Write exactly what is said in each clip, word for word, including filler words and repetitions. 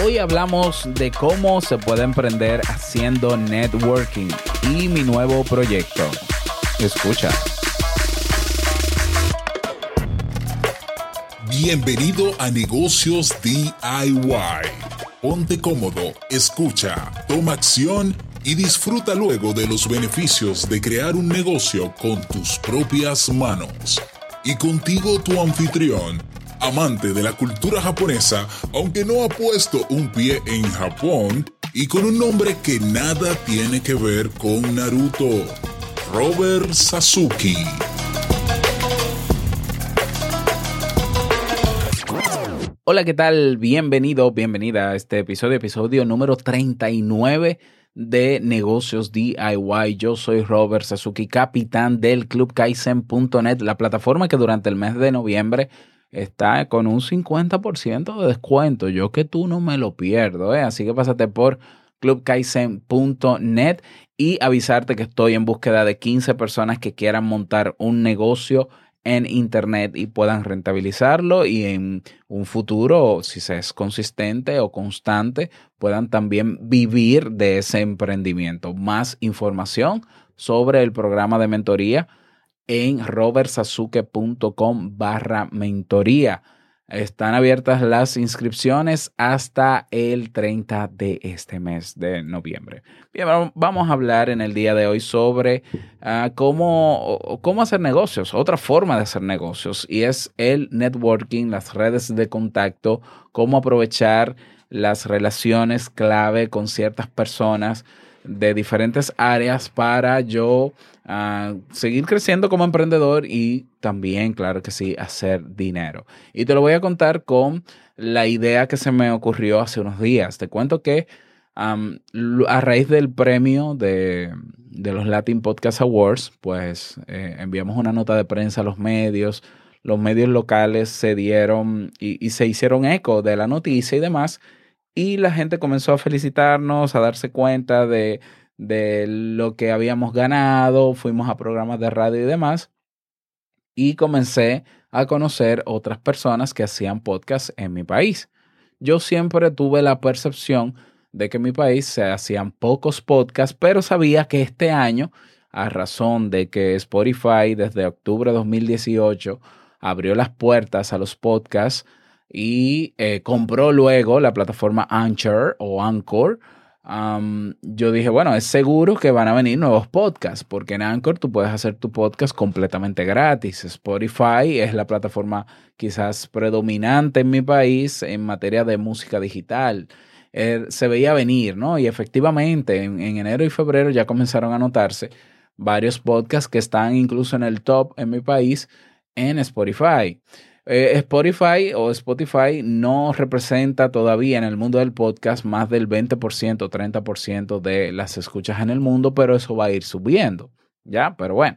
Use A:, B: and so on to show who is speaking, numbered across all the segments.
A: Hoy hablamos de cómo se puede emprender haciendo networking y mi nuevo proyecto. Escucha.
B: Bienvenido a Negocios D I Y. Ponte cómodo, escucha, toma acción y disfruta luego de los beneficios de crear un negocio con tus propias manos. Y contigo tu anfitrión, amante de la cultura japonesa, aunque no ha puesto un pie en Japón, y con un nombre que nada tiene que ver con Naruto, Robert Sasuki.
A: Hola, ¿qué tal? Bienvenido, bienvenida a este episodio, episodio número treinta y nueve de Negocios D I Y. Yo soy Robert Sasuki, capitán del Club Kaizen punto net, la plataforma que durante el mes de noviembre está con un cincuenta por ciento de descuento. Yo que tú no me lo pierdo, ¿eh? Así que pásate por Club Kaizen punto net y avisarte que estoy en búsqueda de quince personas que quieran montar un negocio en internet y puedan rentabilizarlo y en un futuro, si se es consistente o constante, puedan también vivir de ese emprendimiento. Más información sobre el programa de mentoría en robertsasuke.com barra mentoría. Están abiertas las inscripciones hasta el treinta de este mes de noviembre. Bien, vamos a hablar en el día de hoy sobre uh, cómo, cómo hacer negocios, otra forma de hacer negocios, y es el networking, las redes de contacto, cómo aprovechar las relaciones clave con ciertas personas de diferentes áreas para yo uh, seguir creciendo como emprendedor y también, claro que sí, hacer dinero. Y te lo voy a contar con la idea que se me ocurrió hace unos días. Te cuento que um, a raíz del premio de, de los Latin Podcast Awards, pues eh, enviamos una nota de prensa a los medios. Los medios locales se dieron y, y se hicieron eco de la noticia y demás. Y la gente comenzó a felicitarnos, a darse cuenta de, de lo que habíamos ganado. Fuimos a programas de radio y demás. Y comencé a conocer otras personas que hacían podcasts en mi país. Yo siempre tuve la percepción de que en mi país se hacían pocos podcasts, pero sabía que este año, a razón de que Spotify desde octubre de dos mil dieciocho abrió las puertas a los podcasts, y eh, compró luego la plataforma Anchor o Anchor, um, yo dije, bueno, es seguro que van a venir nuevos podcasts, porque en Anchor tú puedes hacer tu podcast completamente gratis. Spotify es la plataforma quizás predominante en mi país en materia de música digital. Eh, se veía venir, ¿no? Y efectivamente en, en enero y febrero ya comenzaron a notarse varios podcasts que están incluso en el top en mi país en Spotify. Eh, Spotify o Spotify no representa todavía en el mundo del podcast más del veinte por ciento, treinta por ciento de las escuchas en el mundo, pero eso va a ir subiendo, ¿ya? Pero bueno.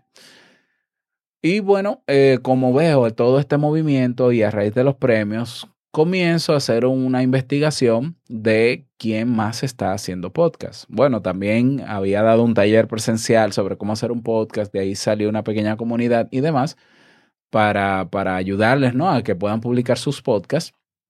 A: Y bueno, eh, como veo todo este movimiento y a raíz de los premios, comienzo a hacer una investigación de quién más está haciendo podcast. Bueno, también había dado un taller presencial sobre cómo hacer un podcast, de ahí salió una pequeña comunidad y demás, Para, para ayudarles, ¿no?, a que puedan publicar sus podcasts.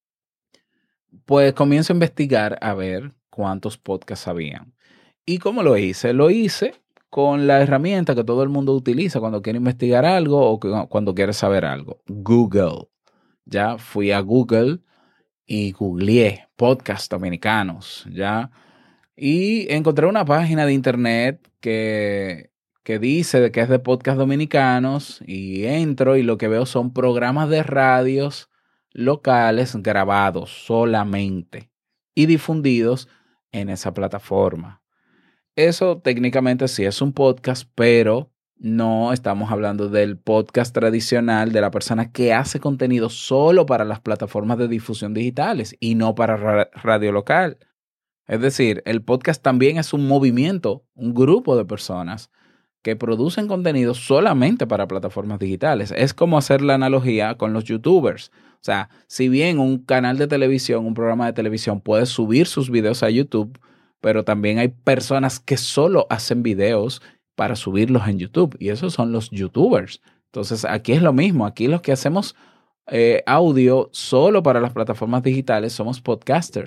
A: Pues comienzo a investigar a ver cuántos podcasts habían. ¿Y cómo lo hice? Lo hice con la herramienta que todo el mundo utiliza cuando quiere investigar algo o que, cuando quiere saber algo. Google. Ya fui a Google y googleé podcasts dominicanos, ¿ya? Y encontré una página de internet que... que dice de que es de podcast dominicanos, y entro y lo que veo son programas de radios locales grabados solamente y difundidos en esa plataforma. Eso técnicamente sí es un podcast, pero no estamos hablando del podcast tradicional de la persona que hace contenido solo para las plataformas de difusión digitales y no para ra- radio local. Es decir, el podcast también es un movimiento, un grupo de personas que producen contenido solamente para plataformas digitales. Es como hacer la analogía con los youtubers. O sea, si bien un canal de televisión, un programa de televisión puede subir sus videos a YouTube, pero también hay personas que solo hacen videos para subirlos en YouTube, y esos son los youtubers. Entonces, aquí es lo mismo. Aquí los que hacemos eh, audio solo para las plataformas digitales somos podcasters.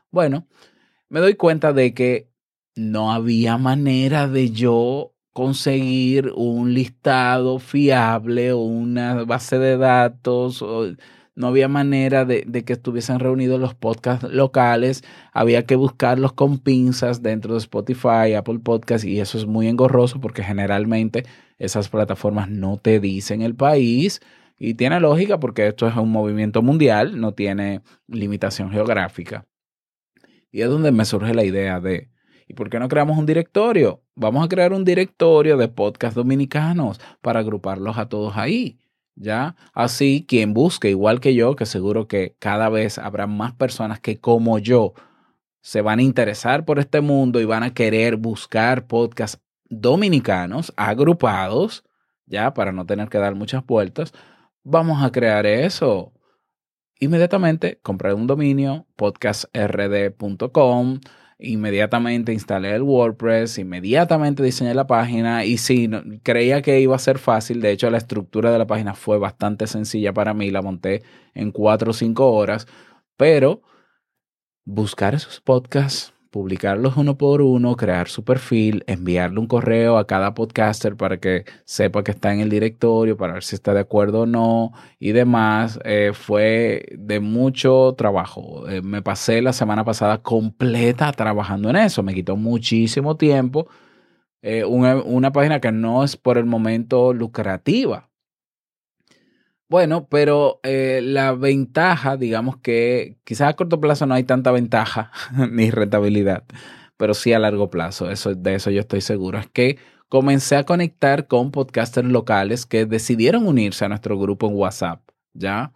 A: Bueno, me doy cuenta de que no había manera de yo conseguir un listado fiable o una base de datos. O no había manera de, de que estuviesen reunidos los podcasts locales. Había que buscarlos con pinzas dentro de Spotify, Apple Podcasts, y eso es muy engorroso porque generalmente esas plataformas no te dicen el país. Y tiene lógica porque esto es un movimiento mundial, no tiene limitación geográfica. Y es donde me surge la idea de, ¿y por qué no creamos un directorio? Vamos a crear un directorio de podcasts dominicanos para agruparlos a todos ahí, ¿ya? Así, quien busque, igual que yo, que seguro que cada vez habrá más personas que como yo se van a interesar por este mundo y van a querer buscar podcasts dominicanos agrupados, ¿ya? Para no tener que dar muchas vueltas, vamos a crear eso. Inmediatamente compré un dominio, podcast r d punto com, inmediatamente instalé el WordPress, inmediatamente diseñé la página y sí, no, creía que iba a ser fácil. De hecho, la estructura de la página fue bastante sencilla para mí, la monté en cuatro o cinco horas, pero buscar esos podcasts, publicarlos uno por uno, crear su perfil, enviarle un correo a cada podcaster para que sepa que está en el directorio, para ver si está de acuerdo o no y demás, eh, fue de mucho trabajo. Eh, me pasé la semana pasada completa trabajando en eso, me quitó muchísimo tiempo. Eh, una, una página que no es por el momento lucrativa. Bueno, pero eh, la ventaja, digamos que quizás a corto plazo no hay tanta ventaja ni rentabilidad, pero sí a largo plazo, eso, de eso yo estoy seguro, es que comencé a conectar con podcasters locales que decidieron unirse a nuestro grupo en WhatsApp, ¿ya?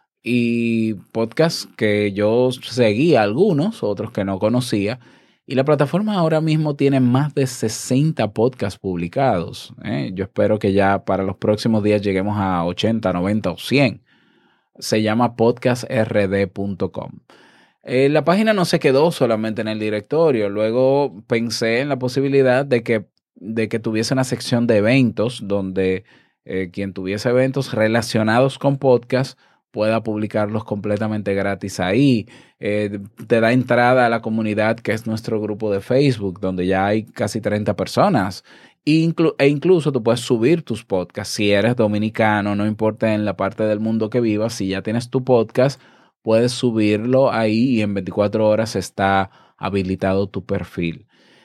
A: Y podcasts que yo seguía algunos, otros que no conocía. Y la plataforma ahora mismo tiene más de sesenta podcasts publicados, ¿eh? Yo espero que ya para los próximos días lleguemos a ochenta, noventa o cien. Se llama podcast r d punto com. Eh, la página no se quedó solamente en el directorio. Luego pensé en la posibilidad de que, de que tuviese una sección de eventos donde eh, quien tuviese eventos relacionados con podcast pueda publicarlos completamente gratis ahí. Eh, te da entrada a la comunidad que es nuestro grupo de Facebook, donde ya hay casi treinta personas. Inclu- e incluso tú puedes subir tus podcasts. Si eres dominicano, no importa en la parte del mundo que vivas, si ya tienes tu podcast, puedes subirlo ahí y en veinticuatro horas está habilitado tu perfil.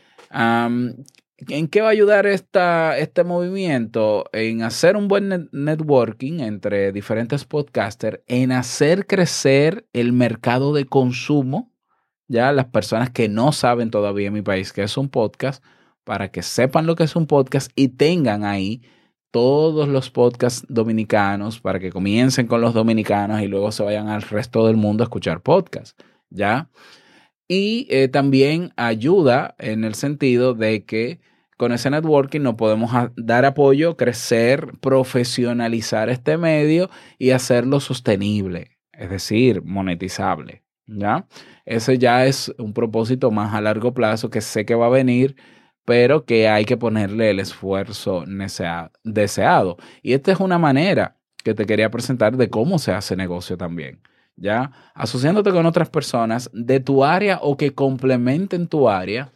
A: Um, ¿En qué va a ayudar esta, este movimiento? En hacer un buen net- networking entre diferentes podcasters, en hacer crecer el mercado de consumo, ya las personas que no saben todavía en mi país que es un podcast, para que sepan lo que es un podcast y tengan ahí todos los podcasts dominicanos, para que comiencen con los dominicanos y luego se vayan al resto del mundo a escuchar podcasts, ¿ya? Y eh, también ayuda en el sentido de que con ese networking nos podemos a- dar apoyo, crecer, profesionalizar este medio y hacerlo sostenible, es decir, monetizable, ¿ya? Ese ya es un propósito más a largo plazo que sé que va a venir, pero que hay que ponerle el esfuerzo nesea- deseado. Y esta es una manera que te quería presentar de cómo se hace negocio también. ¿Ya? Asociándote con otras personas de tu área o que complementen tu área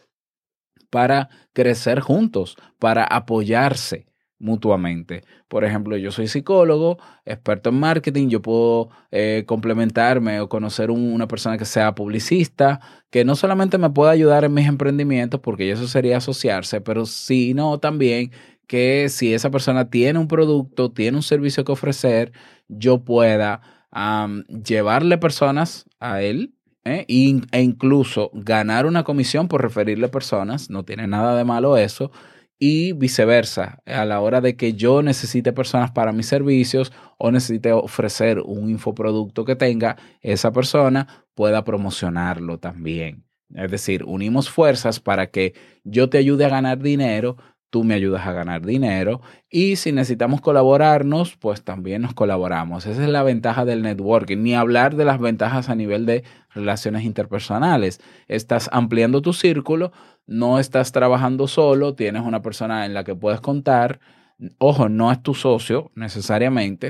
A: para crecer juntos, para apoyarse mutuamente. Por ejemplo, yo soy psicólogo, experto en marketing, yo puedo eh, complementarme o conocer un, una persona que sea publicista, que no solamente me pueda ayudar en mis emprendimientos, porque eso sería asociarse, pero sino también que si esa persona tiene un producto, tiene un servicio que ofrecer, yo pueda um, llevarle personas a él, ¿eh? E, e incluso ganar una comisión por referirle personas, no tiene nada de malo eso, y viceversa, a la hora de que yo necesite personas para mis servicios o necesite ofrecer un infoproducto que tenga, esa persona pueda promocionarlo también. Es decir, unimos fuerzas para que yo te ayude a ganar dinero, tú me ayudas a ganar dinero y si necesitamos colaborarnos, pues también nos colaboramos. Esa es la ventaja del networking, ni hablar de las ventajas a nivel de relaciones interpersonales. Estás ampliando tu círculo, no estás trabajando solo, tienes una persona en la que puedes contar. Ojo, no es tu socio necesariamente,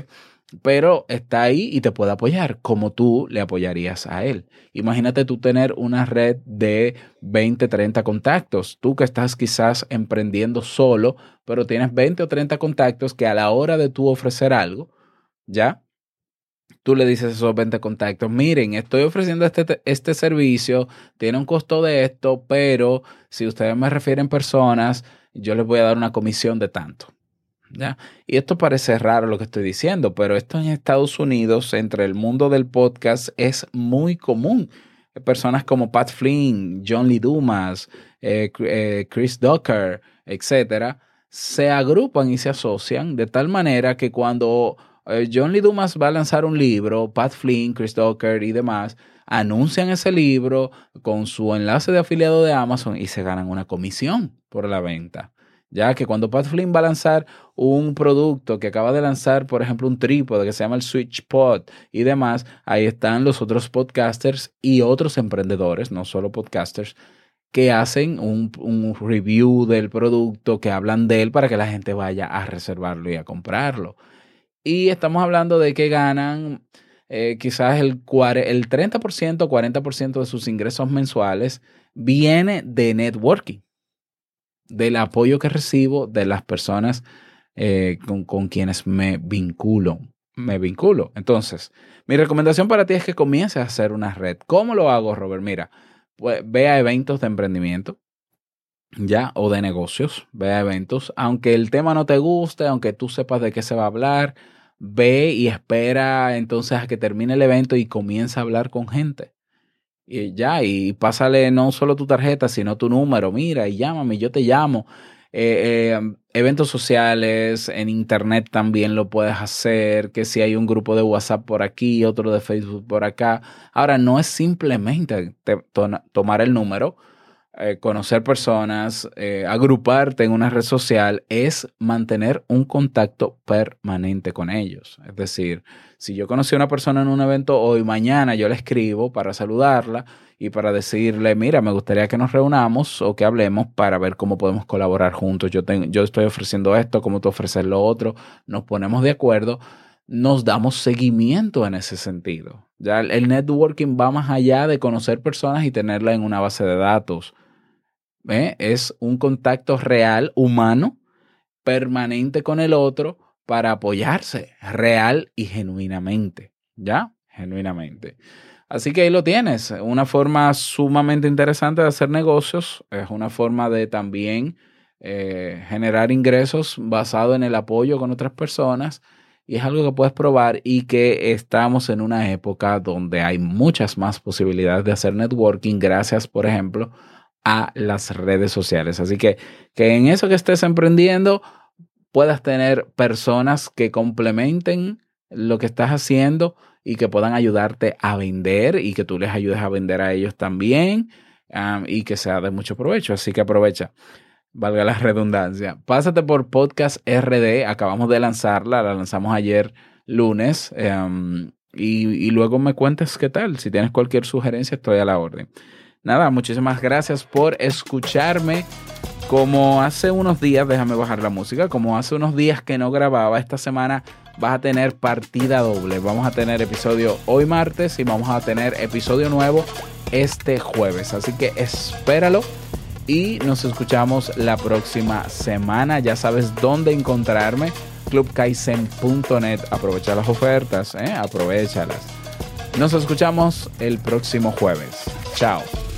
A: pero está ahí y te puede apoyar como tú le apoyarías a él. Imagínate tú tener una red de veinte, treinta contactos. Tú que estás quizás emprendiendo solo, pero tienes veinte o treinta contactos que a la hora de tú ofrecer algo, ¿ya? Tú le dices a esos veinte contactos, miren, estoy ofreciendo este, este servicio, tiene un costo de esto, pero si ustedes me refieren personas, yo les voy a dar una comisión de tanto. ¿Ya? Y esto parece raro lo que estoy diciendo, pero esto en Estados Unidos, entre el mundo del podcast, es muy común. Personas como Pat Flynn, John Lee Dumas, eh, eh, Chris Ducker, etcétera, se agrupan y se asocian de tal manera que cuando eh, John Lee Dumas va a lanzar un libro, Pat Flynn, Chris Ducker y demás, anuncian ese libro con su enlace de afiliado de Amazon y se ganan una comisión por la venta. Ya que cuando Pat Flynn va a lanzar un producto que acaba de lanzar, por ejemplo, un trípode que se llama el SwitchPod y demás, ahí están los otros podcasters y otros emprendedores, no solo podcasters, que hacen un, un review del producto, que hablan de él para que la gente vaya a reservarlo y a comprarlo. Y estamos hablando de que ganan eh, quizás el, el treinta por ciento, cuarenta por ciento de sus ingresos mensuales viene de networking, del apoyo que recibo de las personas eh, con, con quienes me vinculo. Me vinculo. Entonces, mi recomendación para ti es que comiences a hacer una red. ¿Cómo lo hago, Robert? Mira, pues, ve a eventos de emprendimiento, ya, o de negocios. Ve a eventos. Aunque el tema no te guste, aunque tú sepas de qué se va a hablar, ve y espera entonces a que termine el evento y comienza a hablar con gente. Y ya, y pásale no solo tu tarjeta, sino tu número. Mira, y llámame, yo te llamo. Eh, eh, eventos sociales, en internet también lo puedes hacer, que si hay un grupo de WhatsApp por aquí, otro de Facebook por acá. Ahora, no es simplemente te, to, tomar el número, eh, conocer personas, eh, agruparte en una red social, es mantener un contacto permanente con ellos. Es decir, si yo conocí a una persona en un evento hoy, mañana yo le escribo para saludarla y para decirle, mira, me gustaría que nos reunamos o que hablemos para ver cómo podemos colaborar juntos. Yo, tengo, yo estoy ofreciendo esto, cómo tú ofreces lo otro. Nos ponemos de acuerdo, nos damos seguimiento en ese sentido. Ya el networking va más allá de conocer personas y tenerla en una base de datos. ¿Eh? Es un contacto real, humano, permanente con el otro, para apoyarse real y genuinamente, ¿ya? Genuinamente. Así que ahí lo tienes, una forma sumamente interesante de hacer negocios, es una forma de también eh, generar ingresos basado en el apoyo con otras personas y es algo que puedes probar y que estamos en una época donde hay muchas más posibilidades de hacer networking gracias, por ejemplo, a las redes sociales. Así que, que en eso que estés emprendiendo puedas tener personas que complementen lo que estás haciendo y que puedan ayudarte a vender y que tú les ayudes a vender a ellos también um, y que sea de mucho provecho. Así que aprovecha, valga la redundancia. Pásate por Podcast R D, acabamos de lanzarla, la lanzamos ayer lunes um, y, y luego me cuentes qué tal. Si tienes cualquier sugerencia, estoy a la orden. Nada, muchísimas gracias por escucharme. Como hace unos días, déjame bajar la música, como hace unos días que no grababa, esta semana vas a tener partida doble. Vamos a tener episodio hoy martes y vamos a tener episodio nuevo este jueves. Así que espéralo y nos escuchamos la próxima semana. Ya sabes dónde encontrarme, club kaizen punto net. Aprovecha las ofertas, ¿eh? Aprovéchalas. Nos escuchamos el próximo jueves. Chao.